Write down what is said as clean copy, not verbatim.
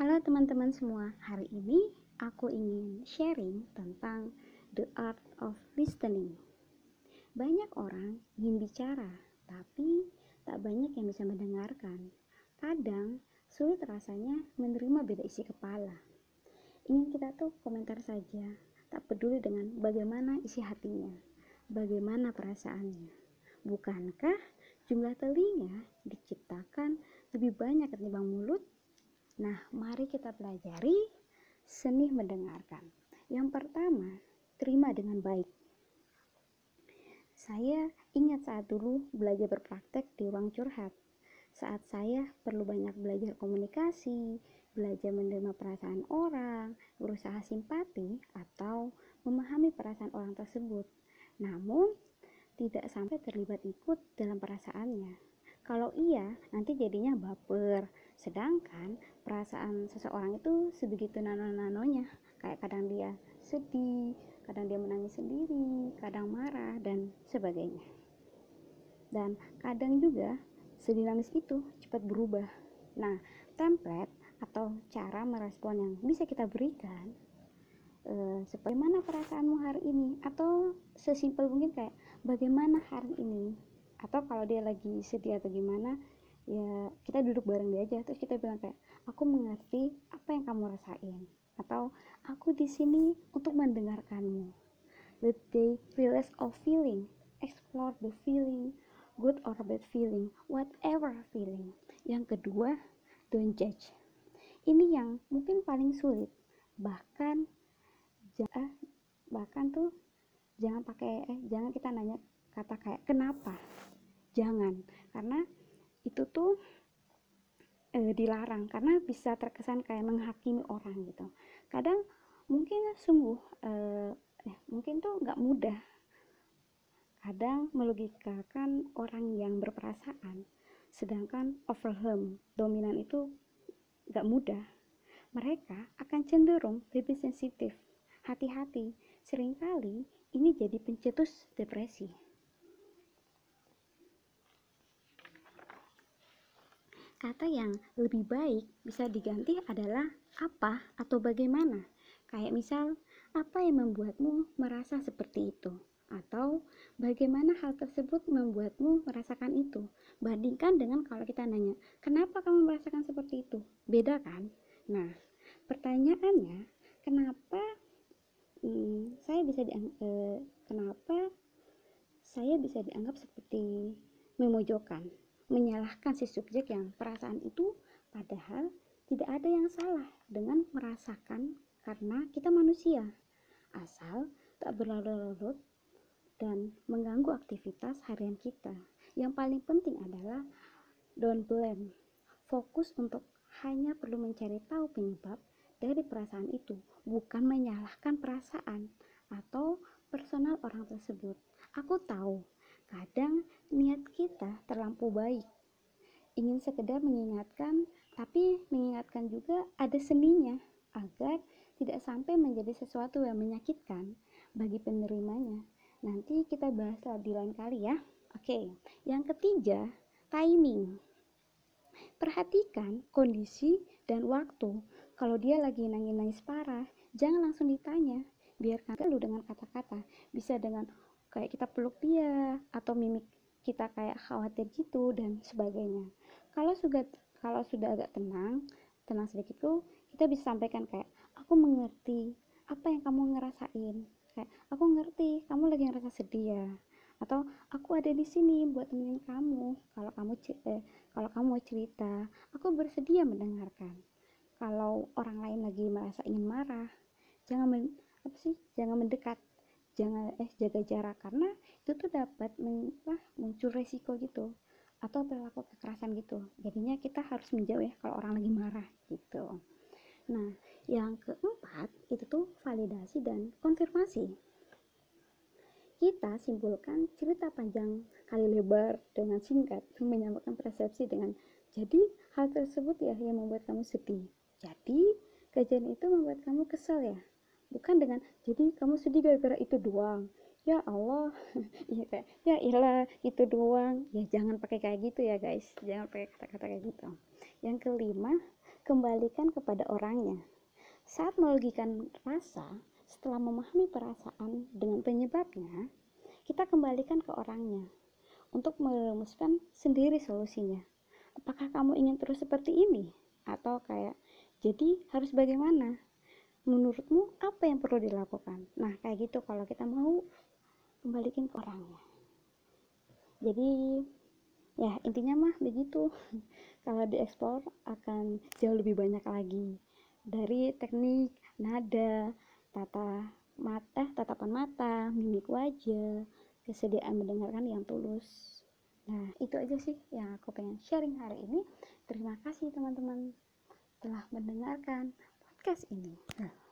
Halo teman-teman semua, hari ini aku ingin sharing tentang the art of listening. Banyak orang ingin bicara, tapi tak banyak yang bisa mendengarkan. Kadang sulit rasanya menerima beda isi kepala. Ingin kita tuh komentar saja, tak peduli dengan bagaimana isi hatinya, bagaimana perasaannya. Bukankah jumlah telinga diciptakan lebih banyak ketimbang mulut? Nah, mari kita pelajari seni mendengarkan. Yang pertama, terima dengan baik. Saya ingat saat dulu belajar berpraktek di ruang curhat. Saat saya perlu banyak belajar komunikasi, belajar menerima perasaan orang, berusaha simpati, atau memahami perasaan orang tersebut. Namun, tidak sampai terlibat ikut dalam perasaannya. Kalau iya, nanti jadinya baper. Sedangkan perasaan seseorang itu sebegitu nano-nanonya. Kayak kadang dia sedih, kadang dia menangis sendiri, kadang marah, dan sebagainya. Dan kadang juga sedinamis itu cepat berubah. Nah, template atau cara merespon yang bisa kita berikan sebagaimana perasaanmu hari ini, atau sesimpel mungkin kayak bagaimana hari ini, atau kalau dia lagi sedih atau gimana ya kita duduk bareng dia aja, terus kita bilang kayak aku mengerti apa yang kamu rasain, atau aku di sini untuk mendengarkanmu. Let they release of feeling, explore the feeling, good or bad feeling, whatever feeling. Yang kedua, don't judge. Ini yang mungkin paling sulit, bahkan tuh jangan kita nanya kata kayak kenapa, jangan, karena itu tuh dilarang, karena bisa terkesan kayak menghakimi orang gitu. Kadang mungkin sungguh mungkin tuh nggak mudah kadang melogikakan orang yang berperasaan, sedangkan overwhelm dominan itu nggak mudah. Mereka akan cenderung lebih sensitif. Hati-hati, seringkali ini jadi pencetus depresi. Kata yang lebih baik bisa diganti adalah apa atau bagaimana. Kayak misal, apa yang membuatmu merasa seperti itu? Atau bagaimana hal tersebut membuatmu merasakan itu? Bandingkan dengan kalau kita nanya, kenapa kamu merasakan seperti itu? Beda kan? Nah, pertanyaannya, kenapa saya bisa dianggap seperti memojokkan, menyalahkan si subjek yang perasaan itu, padahal tidak ada yang salah dengan merasakan, karena kita manusia, asal tak berlarut-larut dan mengganggu aktivitas harian kita. Yang paling penting adalah don't blame, fokus untuk hanya perlu mencari tahu penyebab dari perasaan itu, bukan menyalahkan perasaan atau personal orang tersebut. Aku tahu kadang niat kita terlampau baik, ingin sekedar mengingatkan, tapi mengingatkan juga ada seninya agar tidak sampai menjadi sesuatu yang menyakitkan bagi penerimanya. Nanti kita bahas di lain kali ya. Oke, yang ketiga, timing. Perhatikan kondisi dan waktu. Kalau dia lagi nangis-nangis parah, jangan langsung ditanya. Biarkan dulu dengan kata-kata. Bisa dengan kayak kita peluk dia, atau mimik kita kayak khawatir gitu, dan sebagainya. Kalau sudah agak tenang sedikit tuh, kita bisa sampaikan kayak, aku mengerti apa yang kamu ngerasain. Kayak, aku ngerti kamu lagi ngerasa sedih ya. Atau aku ada di sini buat temenin kamu. Kalau kamu mau cerita, aku bersedia mendengarkan. Kalau orang lain lagi merasa ingin marah, jangan mendekat, jaga jarak, karena itu tuh dapat muncul resiko gitu, atau perilaku kekerasan gitu. Jadinya kita harus menjauh ya kalau orang lagi marah gitu. Nah, yang keempat itu tuh validasi dan konfirmasi. Kita simpulkan cerita panjang kali lebar dengan singkat, menyamakan persepsi dengan jadi hal tersebut ya yang membuat kamu sedih. Jadi kejadian itu membuat kamu kesal ya. Bukan dengan jadi kamu sedih gara-gara itu doang. Ya Allah, ya kayak ya ilah itu doang. Ya jangan pakai kayak gitu ya guys. Jangan pakai kata-kata kayak gitu. Yang kelima, kembalikan kepada orangnya. Saat melogikakan rasa, setelah memahami perasaan dengan penyebabnya, kita kembalikan ke orangnya untuk merumuskan sendiri solusinya. Apakah kamu ingin terus seperti ini? Atau kayak, jadi harus bagaimana? Menurutmu apa yang perlu dilakukan? Nah, kayak gitu kalau kita mau kembalikan ke orangnya. Jadi, ya intinya mah begitu. Kalau dieksplor akan jauh lebih banyak lagi. Dari teknik, nada, tatapan mata, mimik wajah, kesediaan mendengarkan yang tulus. Nah, itu aja sih yang aku pengen sharing hari ini. Terima kasih teman-teman telah mendengarkan podcast ini.